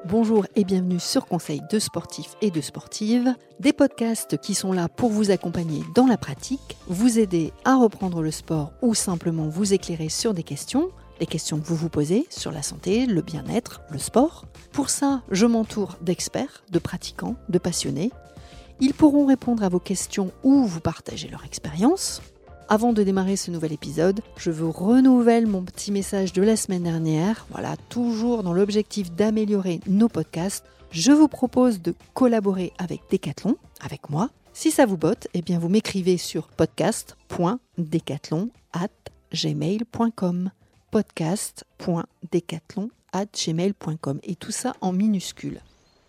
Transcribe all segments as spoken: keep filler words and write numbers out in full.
Bonjour et bienvenue sur Conseil de sportifs et de sportives, des podcasts qui sont là pour vous accompagner dans la pratique, vous aider à reprendre le sport ou simplement vous éclairer sur des questions, les questions que vous vous posez sur la santé, le bien-être, le sport. Pour ça, je m'entoure d'experts, de pratiquants, de passionnés. Ils pourront répondre à vos questions ou vous partager leur expérience. Avant de démarrer ce nouvel épisode, je vous renouvelle mon petit message de la semaine dernière. Voilà, toujours dans l'objectif d'améliorer nos podcasts, je vous propose de collaborer avec Decathlon, avec moi. Si ça vous botte, eh bien vous m'écrivez sur podcast point decathlon arobase gmail point com. podcast point decathlon arobase gmail point com et tout ça en minuscules.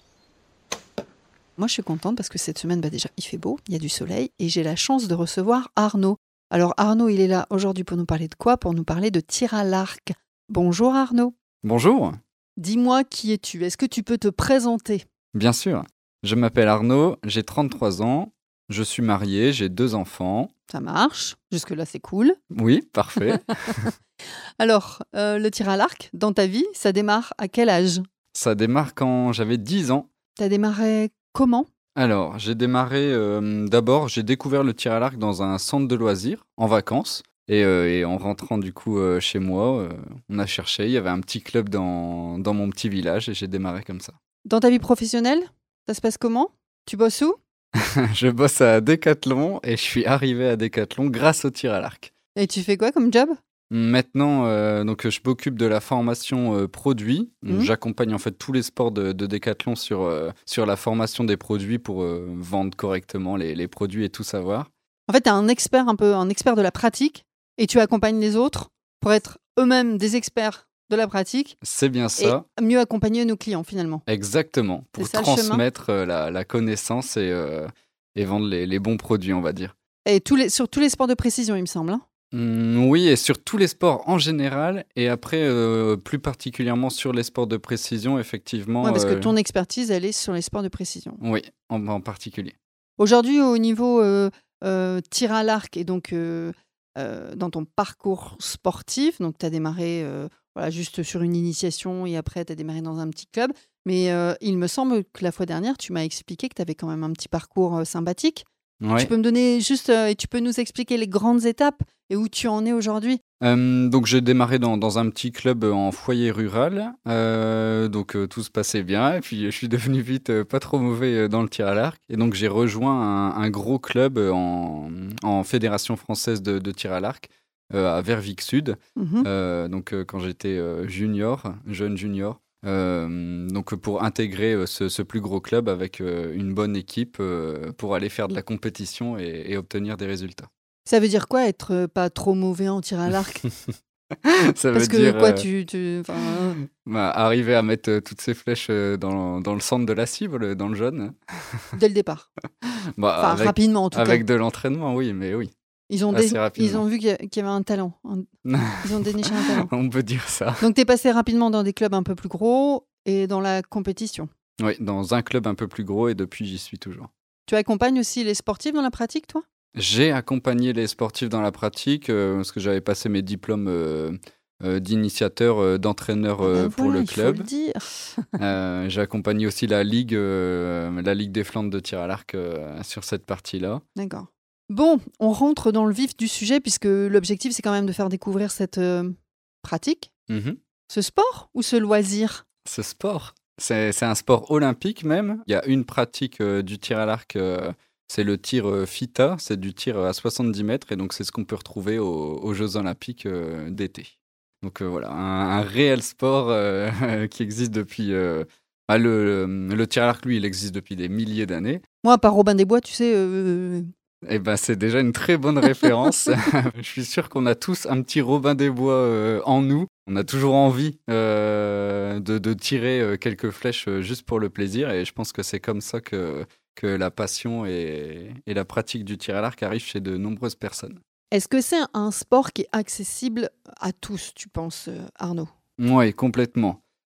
Moi, je suis contente parce que cette semaine, bah déjà, il fait beau, il y a du soleil et j'ai la chance de recevoir Arnaud. Alors Arnaud, il est là aujourd'hui pour nous parler de quoi ? Pour nous parler de tir à l'arc. Bonjour Arnaud. Bonjour. Dis-moi qui es-tu ? Est-ce que tu peux te présenter ? Bien sûr. Je m'appelle Arnaud, j'ai trente-trois ans, je suis marié, j'ai deux enfants. Ça marche, jusque-là c'est cool. Oui, parfait. Alors, euh, le tir à l'arc, dans ta vie, ça démarre à quel âge ? Ça démarre quand j'avais dix ans. T'as démarré comment ? Alors, j'ai démarré, euh, d'abord, j'ai découvert le tir à l'arc dans un centre de loisirs, en vacances. Et, euh, et en rentrant du coup euh, chez moi, euh, on a cherché, il y avait un petit club dans, dans mon petit village et j'ai démarré comme ça. Dans ta vie professionnelle, ça se passe comment ? Tu bosses où ? Je bosse à Decathlon et je suis arrivé à Decathlon grâce au tir à l'arc. Et tu fais quoi comme job ? Maintenant, euh, donc, je m'occupe de la formation euh, produit. Mmh. J'accompagne en fait tous les sports de, de Decathlon sur, euh, sur la formation des produits pour euh, vendre correctement les, les produits et tout savoir. En fait, tu es un expert un peu, un expert de la pratique et tu accompagnes les autres pour être eux-mêmes des experts de la pratique. C'est bien ça. Et mieux accompagner nos clients finalement. Exactement. Pour C'est ça, le chemin ? transmettre euh, la, la connaissance et, euh, et vendre les, les bons produits, on va dire. Et tous les, sur tous les sports de précision, il me semble. Hein ? Mmh, oui, et sur tous les sports en général, et après, euh, plus particulièrement sur les sports de précision, effectivement. Ouais, parce que euh, ton expertise, elle est sur les sports de précision. Oui, en, en particulier. Aujourd'hui, au niveau euh, euh, tir à l'arc et donc euh, euh, dans ton parcours sportif, donc tu as démarré euh, voilà, juste sur une initiation et après tu as démarré dans un petit club. Mais euh, il me semble que la fois dernière, tu m'as expliqué que tu avais quand même un petit parcours euh, sympathique. Ouais. Tu peux me donner juste, euh, et tu peux nous expliquer les grandes étapes et où tu en es aujourd'hui ? Euh, donc j'ai démarré dans, dans un petit club en foyer rural, euh, donc euh, tout se passait bien, et puis je suis devenu vite euh, pas trop mauvais euh, dans le tir à l'arc, et donc j'ai rejoint un, un gros club en, en fédération française de, de tir à l'arc, euh, à Verviers Sud, Mhm. euh, donc euh, quand j'étais euh, junior, jeune junior, euh, donc pour intégrer euh, ce, ce plus gros club avec euh, une bonne équipe euh, pour aller faire de la compétition et, et obtenir des résultats. Ça veut dire quoi être euh, pas trop mauvais en tir à l'arc ? Ça Parce veut que dire quoi, euh, tu, tu, enfin, euh, bah, arriver à mettre euh, toutes ces flèches euh, dans, dans le centre de la cible, dans le jaune. dès le départ. Bah, Enfin, avec, rapidement en tout avec cas. de l'entraînement, oui, mais oui. Ils ont, assez dé- rapidement. ils ont vu qu'il y, a- qu'il y avait un talent. un- Ils ont déniché un talent. On peut dire ça. Donc, tu es passé rapidement dans des clubs un peu plus gros et dans la compétition. Oui, dans un club un peu plus gros et depuis, j'y suis toujours. Tu accompagnes aussi les sportifs dans la pratique, toi ? J'ai accompagné les sportifs dans la pratique euh, parce que j'avais passé mes diplômes euh, euh, d'initiateur, euh, d'entraîneur euh, Ben pour voilà, le il faut club. le dire. Euh, j'ai accompagné aussi la Ligue, euh, la Ligue des Flandres de tir à l'arc euh, sur cette partie-là. D'accord. Bon, on rentre dans le vif du sujet puisque l'objectif, c'est quand même de faire découvrir cette euh, pratique, Mhm. ce sport ou ce loisir ? Ce sport, c'est, c'est un sport olympique même. Il y a une pratique euh, du tir à l'arc, euh, c'est le tir euh, FITA, c'est du tir à soixante-dix mètres, et donc c'est ce qu'on peut retrouver au- aux Jeux olympiques euh, d'été. Donc euh, voilà, un, un réel sport euh, qui existe depuis... euh, bah, le, le, le tir à l'arc, lui, il existe depuis des milliers d'années. Moi, par Robin des Bois, tu sais, euh, Et ben, c'est déjà une très bonne référence. Je suis sûr qu'on a tous un petit Robin des Bois euh, en nous. On a toujours envie euh, de, de tirer euh, quelques flèches euh, juste pour le plaisir. Et je pense que c'est comme ça que, que la passion et, et la pratique du tir à l'arc arrivent chez de nombreuses personnes. est-ce que c'est un sport qui est accessible à tous, tu penses, euh, Arnaud ? Oui, complètement.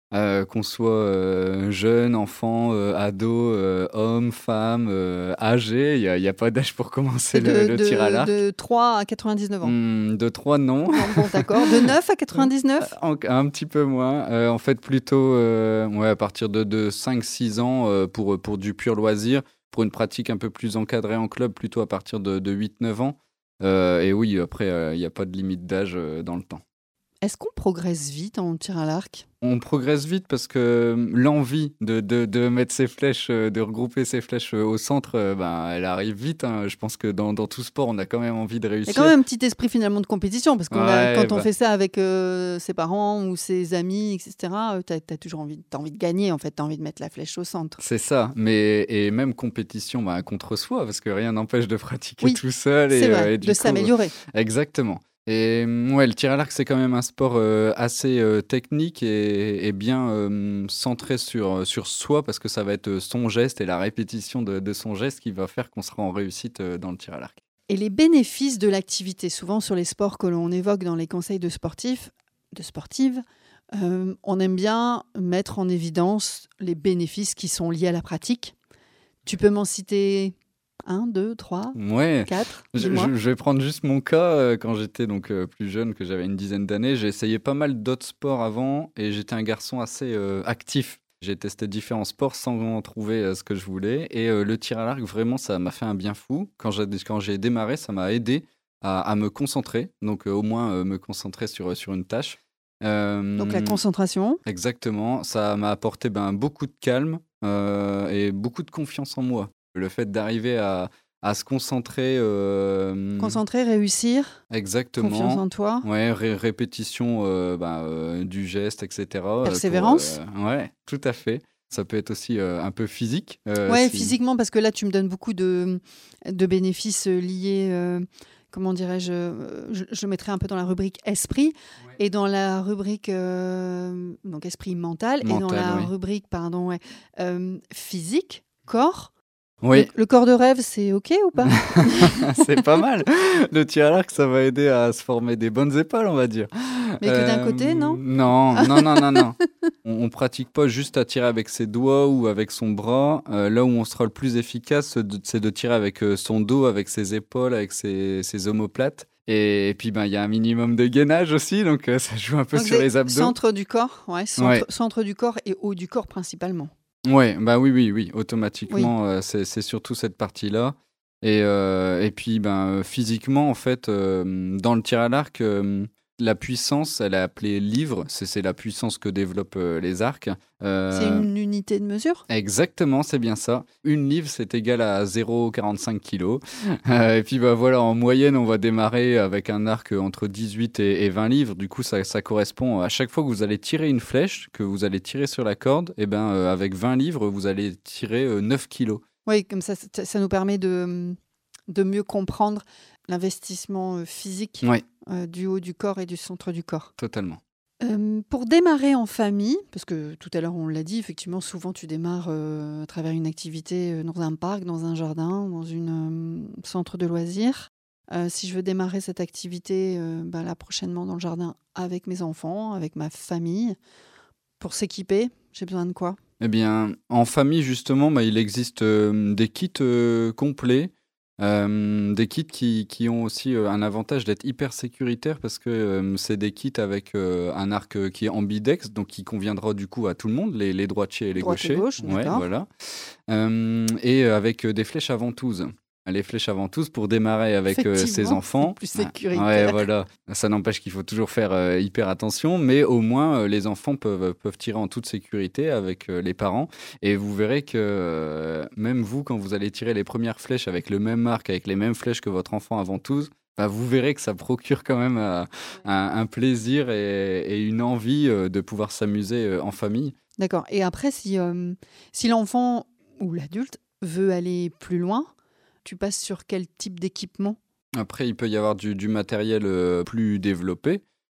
Euh, qu'on soit euh, jeune, enfant, euh, ado, euh, homme, femme, euh, âgé, il n'y a, y a pas d'âge pour commencer C'est le, de, le tir à de, l'arc. de trois à quatre-vingt-dix-neuf ans. Hmm, de trois, non. Non, bon, d'accord. De neuf à quatre-vingt-dix-neuf? Un, un petit peu moins. Euh, en fait, plutôt euh, ouais, à partir de, de cinq six ans euh, pour, pour du pur loisir. Pour une pratique un peu plus encadrée en club, plutôt à partir de, de huit neuf ans. Euh, et oui, après, il euh, n'y a pas de limite d'âge euh, dans le temps. Est-ce qu'on progresse vite en tir à l'arc? On progresse vite parce que hum, l'envie de, de, de mettre ses flèches, euh, de regrouper ses flèches euh, au centre, euh, ben, elle arrive vite. Hein. Je pense que dans, dans tout sport, on a quand même envie de Il y a réussir. quand même un petit esprit finalement de compétition, parce que Ouais, quand on bah, fait ça avec euh, ses parents ou ses amis, et cetera, tu as toujours envie, t'as envie de gagner, en fait, tu as envie de mettre la flèche au centre. c'est ça. Mais, et même compétition bah, contre soi, parce que rien n'empêche de pratiquer Oui, tout seul. Et, c'est euh, vrai, et du de coup, s'améliorer. exactement. Et hum, ouais, le tir à l'arc, c'est quand même un sport euh, assez euh, technique et, et bien euh, centré sur, sur soi, parce que ça va être son geste et la répétition de, de son geste qui va faire qu'on sera en réussite euh, dans le tir à l'arc. Et les bénéfices de l'activité, souvent sur les sports que l'on évoque dans les conseils de sportifs, de sportives, euh, on aime bien mettre en évidence les bénéfices qui sont liés à la pratique. Tu peux m'en citer un, deux, trois, Ouais, quatre, je, dis-moi. je- je vais prendre juste mon cas. euh, Quand j'étais donc euh, plus jeune, que j'avais une dizaine d'années, j'ai essayé pas mal d'autres sports avant et j'étais un garçon assez euh, actif. J'ai testé différents sports sans trouver euh, ce que je voulais. Et euh, le tir à l'arc, vraiment, ça m'a fait un bien fou. Quand j'ai, quand j'ai démarré, ça m'a aidé à, à me concentrer. Donc, euh, au moins, euh, me concentrer sur, sur une tâche. Donc la Euh, concentration. exactement. Ça m'a apporté ben, beaucoup de calme euh, et beaucoup de confiance en moi. Le fait d'arriver à, à se concentrer. euh, Concentrer, réussir, exactement. confiance en toi, Ouais, ré- répétition euh, bah, euh, du geste, et cetera euh, pour, persévérance. euh, ouais, tout à fait. Ça peut être aussi euh, un peu physique. euh, Ouais, si- physiquement, parce que là, tu me donnes beaucoup de, de bénéfices euh, liés, euh, comment dirais-je, euh, je, je mettrais un peu dans la rubrique esprit, Ouais. et dans la rubrique, euh, donc esprit mental, et dans Mental, la oui. rubrique, pardon, ouais, euh, physique, corps. Oui, Le, le corps de rêve, c'est OK ou pas? c'est pas mal. Le tir à l'arc, ça va aider à se former des bonnes épaules, on va dire. Mais que d'un Euh, côté, non? Non, non, non, non, non. On, on pratique pas juste à tirer avec ses doigts ou avec son bras. Euh, là où on sera le plus efficace, c'est de, c'est de tirer avec euh, son dos, avec ses épaules, avec ses, ses omoplates. Et, et puis, ben, il y a un minimum de gainage aussi, donc euh, ça joue un peu Donc, sur c'est les abdos. centre du corps, ouais, centre, Ouais. centre du corps et haut du corps principalement. Ouais, bah oui, oui, oui, automatiquement, euh, c'est, c'est surtout cette partie-là. Et, euh, et puis, ben, euh, physiquement, en fait, euh, dans le tir à l'arc, euh, la puissance, elle est appelée livre, c'est, c'est la puissance que développent euh, les arcs. Euh, C'est une unité de mesure? Exactement, c'est bien ça. Une livre, c'est égal à zéro virgule quarante-cinq kilos. Euh, et puis bah voilà, en moyenne, on va démarrer avec un arc entre dix-huit et, et vingt livres. Du coup, ça, ça correspond à chaque fois que vous allez tirer une flèche, que vous allez tirer sur la corde, et ben euh, avec vingt livres, vous allez tirer euh, neuf kilos. Oui, comme ça, ça, ça nous permet de, de mieux comprendre l'investissement euh, physique Oui, euh, du haut du corps et du centre du corps. totalement. Euh, pour démarrer en famille, parce que tout à l'heure on l'a dit, effectivement, souvent tu démarres euh, à travers une activité euh, dans un parc, dans un jardin, dans un centre de loisirs. Euh, si je veux démarrer cette activité euh, bah, là prochainement dans le jardin avec mes enfants, avec ma famille, pour s'équiper, j'ai besoin de quoi? Eh bien, en famille, justement, bah, il existe euh, des kits euh, complets, euh, des kits qui, qui ont aussi euh, un avantage d'être hyper sécuritaires parce que euh, c'est des kits avec euh, un arc euh, qui est ambidex, donc qui conviendra du coup à tout le monde, les, les droitiers et les Droite et gauchers. gauche, Ouais, d'accord. voilà. Euh, et euh, avec euh, des flèches à ventouse. Les flèches à ventouse pour démarrer avec euh, ses Effectivement, enfants. c'est plus Ouais, sécuritaire. ouais, voilà. Ça n'empêche qu'il faut toujours faire euh, hyper attention, mais au moins euh, les enfants peuvent, peuvent tirer en toute sécurité avec euh, les parents. Et vous verrez que euh, même vous, quand vous allez tirer les premières flèches avec le même arc, avec les mêmes flèches que votre enfant à ventouse, bah, vous verrez que ça procure quand même euh, un, un plaisir et, et une envie euh, de pouvoir s'amuser euh, en famille. D'accord. Et après, si, euh, si l'enfant ou l'adulte veut aller plus loin, tu passes sur quel type d'équipement? Après, il peut y avoir du, du matériel euh, plus développé.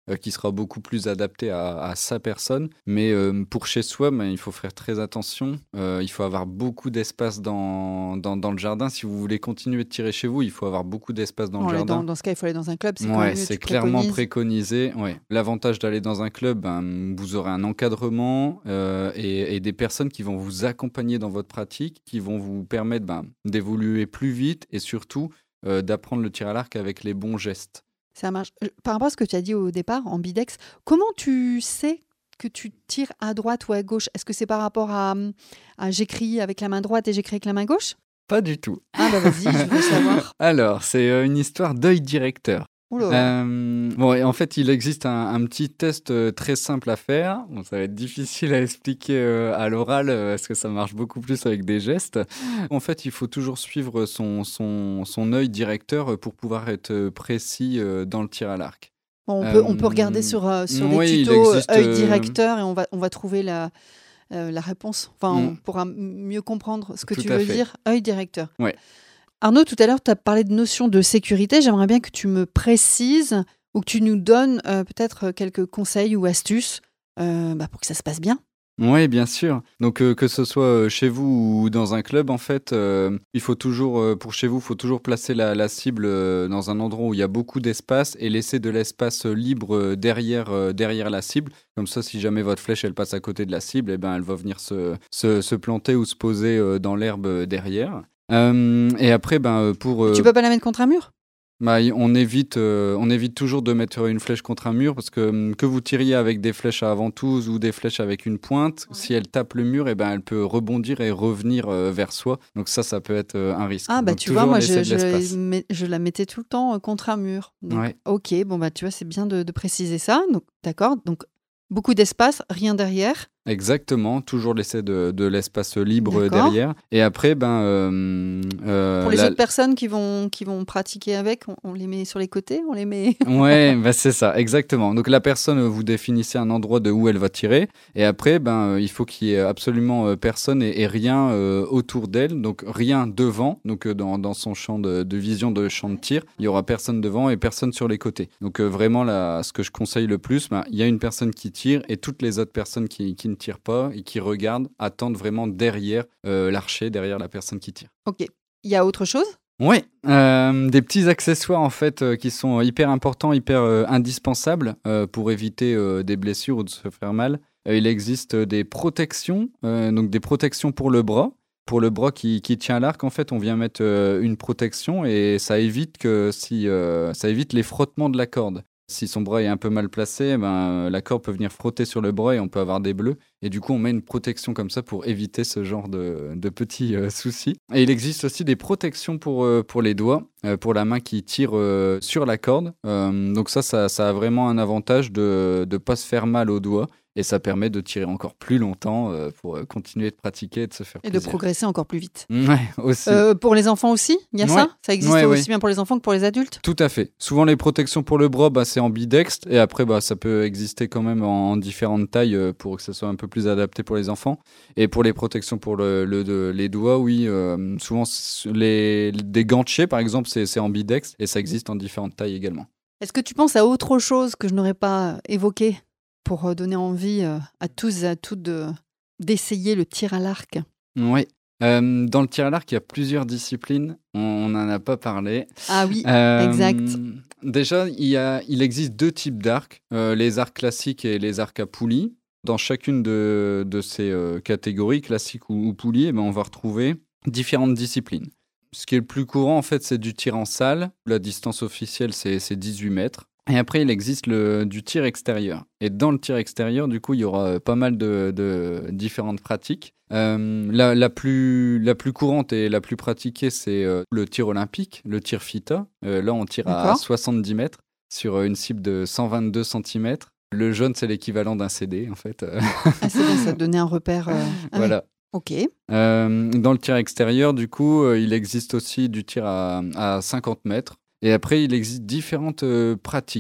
euh, qui sera beaucoup plus adapté à, à sa personne. Mais euh, pour chez soi, ben, il faut faire très attention. Euh, il faut avoir beaucoup d'espace dans, dans, dans le jardin. Si vous voulez continuer de tirer chez vous, il faut avoir beaucoup d'espace dans Bon, le là, jardin. dans, dans ce cas, il faut aller dans un club. C'est quand Ouais, même mieux, c'est tu clairement préconises. préconisé. Ouais. L'avantage d'aller dans un club, ben, vous aurez un encadrement euh, et, et des personnes qui vont vous accompagner dans votre pratique, qui vont vous permettre ben, d'évoluer plus vite et surtout euh, d'apprendre le tir à l'arc avec les bons gestes. Ça marche. Euh, Par rapport à ce que tu as dit au départ, en bidex, comment tu sais que tu tires à droite ou à gauche? Est-ce que c'est par rapport à, à j'écris avec la main droite et j'écris avec la main gauche? Pas du tout. Ah bah vas-y, je veux savoir. Alors, c'est euh, une histoire d'œil directeur. Oh là. Euh, bon, et en fait, il existe un, un petit test euh, très simple à faire. Bon, ça va être difficile à expliquer euh, à l'oral euh, parce que ça marche beaucoup plus avec des gestes. En fait, il faut toujours suivre son, son, son œil directeur euh, pour pouvoir être euh, précis euh, dans le tir à l'arc. Bon, on, peut, on peut Euh, regarder sur, euh, sur les oui, il tutos euh, existe, œil euh, directeur et on va, on va trouver la, euh, la réponse. Enfin, Mm. on pourra m- mieux comprendre ce que Tout tu à veux fait. dire, œil directeur. Ouais. Arnaud, tout à l'heure, tu as parlé de notion de sécurité. J'aimerais bien que tu me précises ou que tu nous donnes euh, peut-être quelques conseils ou astuces euh, bah, pour que ça se passe bien. Oui, bien sûr. Donc euh, que ce soit euh, chez vous ou dans un club, en fait, euh, il faut toujours, euh, pour chez vous, il faut toujours placer la, la cible euh, dans un endroit où il y a beaucoup d'espace et laisser de l'espace euh, libre euh, derrière, euh, derrière la cible. Comme ça, si jamais votre flèche elle passe à côté de la cible, eh ben, elle va venir se, se, se planter ou se poser euh, dans l'herbe euh, derrière. Euh, et après, ben, euh, pour, euh, Tu peux pas la mettre contre un mur? bah, y- on évite, euh, on évite toujours de mettre une flèche contre un mur parce que hum, que vous tiriez avec des flèches à ventouse ou des flèches avec une pointe, si elle tape le mur, eh ben, elle peut rebondir et revenir euh, vers soi. Donc ça, ça peut être euh, un risque. Ah bah Donc tu vois, toujours moi laisser je, de je, l'espace. mets- je la mettais tout le temps euh, contre un mur. Donc, Ouais. ok, bon bah tu vois, c'est bien de, de préciser ça. Donc d'accord, donc beaucoup d'espace, rien derrière. Exactement, toujours laisser de, de l'espace libre D'accord. derrière. Et après, ben, euh, euh, Pour les la- autres personnes qui vont, qui vont pratiquer avec, on, on les met sur les côtés, on les met. Ouais, bah c'est ça, exactement. Donc la personne, euh, vous définissez un endroit de où elle va tirer, et après, ben, euh, il faut qu'il y ait absolument euh, personne et, et rien euh, autour d'elle, donc rien devant, donc euh, dans, dans son champ de, de vision de champ de tir, il y aura personne devant et personne sur les côtés. Donc euh, vraiment, là, ce que je conseille le plus, ben, il y a une personne qui tire et toutes les autres personnes qui, qui ne tirent pas et qui regardent attendent vraiment derrière euh, l'archer, derrière la personne qui tire. Ok. Il y a autre chose? Oui, euh, des petits accessoires en fait euh, qui sont hyper importants, hyper euh, indispensables euh, pour éviter euh, des blessures ou de se faire mal. Euh, il existe des protections, euh, donc des protections pour le bras. Pour le bras qui, qui tient l'arc, en fait, on vient mettre euh, une protection et ça évite que si euh, ça évite les frottements de la corde. Si son bras est un peu mal placé, ben, la corde peut venir frotter sur le bras et on peut avoir des bleus. Et du coup, on met une protection comme ça pour éviter ce genre de, de petits euh, soucis. Et il existe aussi des protections pour, euh, pour les doigts, euh, pour la main qui tire euh, sur la corde. Euh, donc ça, ça, ça a vraiment un avantage de ne pas se faire mal aux doigts. Et ça permet de tirer encore plus longtemps euh, pour euh, continuer de pratiquer et de se faire Et de plaisir. progresser encore plus vite. Ouais, aussi. Euh, pour les enfants aussi, il y a Ouais. ça? Ça existe Ouais, aussi ouais. bien pour les enfants que pour les adultes? Tout à fait. Souvent, les protections pour le bras, bah, c'est ambidextre. Et après, bah, ça peut exister quand même en, en différentes tailles euh, pour que ça soit un peu plus adapté pour les enfants. Et pour les protections pour le, le- de- les doigts, oui, euh, souvent, c- les, des gantiers, par exemple, c'est c'est ambidextre. Et ça existe en différentes tailles également. Est-ce que tu penses à autre chose que je n'aurais pas évoqué pour euh, donner envie euh, à tous et à toutes de- d'essayer le tir à l'arc? Oui. Euh, dans le tir à l'arc, il y a plusieurs disciplines. On n'en a pas parlé. Ah oui, Euh, exact. Déjà, il, y a, il existe deux types d'arcs, euh, les arcs classiques et les arcs à poulies. Dans chacune de, de ces euh, catégories, classiques ou, ou poulies, eh ben, on va retrouver différentes disciplines. Ce qui est le plus courant, en fait, c'est du tir en salle. La distance officielle, c'est c'est dix-huit mètres. Et après, il existe le, du tir extérieur. Et dans le tir extérieur, du coup, il y aura euh, pas mal de, de différentes pratiques. Euh, la, la, plus, la plus courante et la plus pratiquée, c'est euh, le tir olympique, le tir FITA. Euh, là, on tire à D'accord. soixante-dix mètres sur euh, une cible de cent vingt-deux centimètres. Le jaune, c'est l'équivalent d'un C D, en fait. Ah, c'est bien, ça te donnait un repère. euh, ah oui. Voilà. Ok. Euh, dans le tir extérieur, du coup, euh, il existe aussi du tir à, à cinquante mètres. Et après, il existe différentes euh, pratiques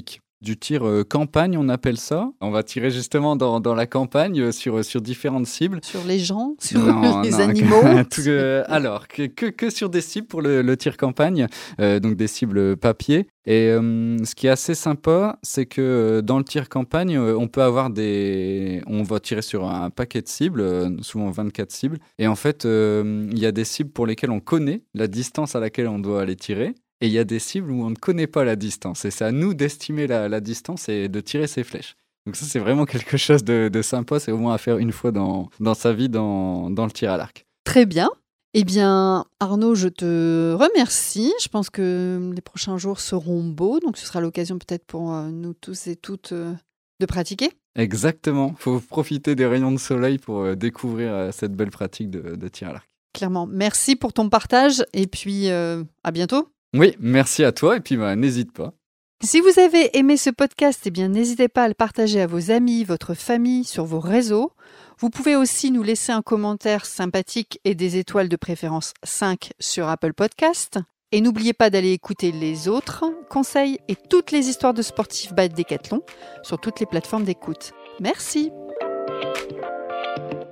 du tir euh, campagne, on appelle ça. On va tirer justement dans, dans la campagne euh, sur, sur différentes cibles. Sur les gens, sur Non, les non, animaux. tout, euh, alors, que, que, que sur des cibles pour le, le tir campagne, euh, donc des cibles papier. Et euh, ce qui est assez sympa, c'est que euh, dans le tir campagne, euh, on peut avoir des... On va tirer sur un paquet de cibles, euh, souvent vingt-quatre cibles. Et en fait, euh, il y a des cibles pour lesquelles on connaît la distance à laquelle on doit aller tirer. Et il y a des cibles où on ne connaît pas la distance. Et c'est à nous d'estimer la, la distance et de tirer ses flèches. Donc ça, c'est vraiment quelque chose de, de sympa. C'est au moins à faire une fois dans, dans sa vie dans, dans le tir à l'arc. Très bien. Eh bien, Arnaud, je te remercie. Je pense que les prochains jours seront beaux. Donc ce sera l'occasion peut-être pour euh, nous tous et toutes euh, de pratiquer. Exactement. Il faut profiter des rayons de soleil pour euh, découvrir euh, cette belle pratique de, de tir à l'arc. Clairement. Merci pour ton partage. Et puis, euh, à bientôt. Oui, merci à toi et puis bah, n'hésite pas. Si vous avez aimé ce podcast, eh bien, n'hésitez pas à le partager à vos amis, votre famille, sur vos réseaux. Vous pouvez aussi nous laisser un commentaire sympathique et des étoiles de préférence cinq sur Apple Podcast. Et n'oubliez pas d'aller écouter les autres conseils et toutes les histoires de sportifs by Decathlon sur toutes les plateformes d'écoute. Merci.